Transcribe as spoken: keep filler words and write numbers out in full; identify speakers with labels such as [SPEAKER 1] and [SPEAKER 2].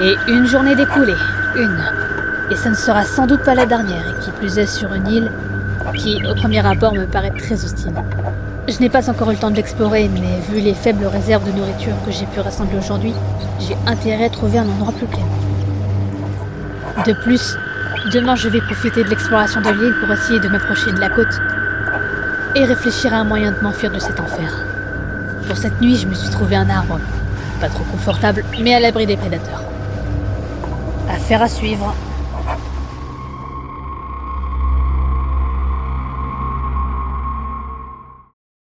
[SPEAKER 1] Et une journée découlée, une. Et ça ne sera sans doute pas la dernière, et qui plus est sur une île qui, au premier abord, me paraît très hostile. Je n'ai pas encore eu le temps de l'explorer, mais vu les faibles réserves de nourriture que j'ai pu rassembler aujourd'hui, j'ai intérêt à trouver un endroit plus clément. De plus, demain je vais profiter de l'exploration de l'île pour essayer de m'approcher de la côte et réfléchir à un moyen de m'enfuir de cet enfer. Pour cette nuit, je me suis trouvé un arbre, pas trop confortable, mais à l'abri des prédateurs. Affaire à suivre.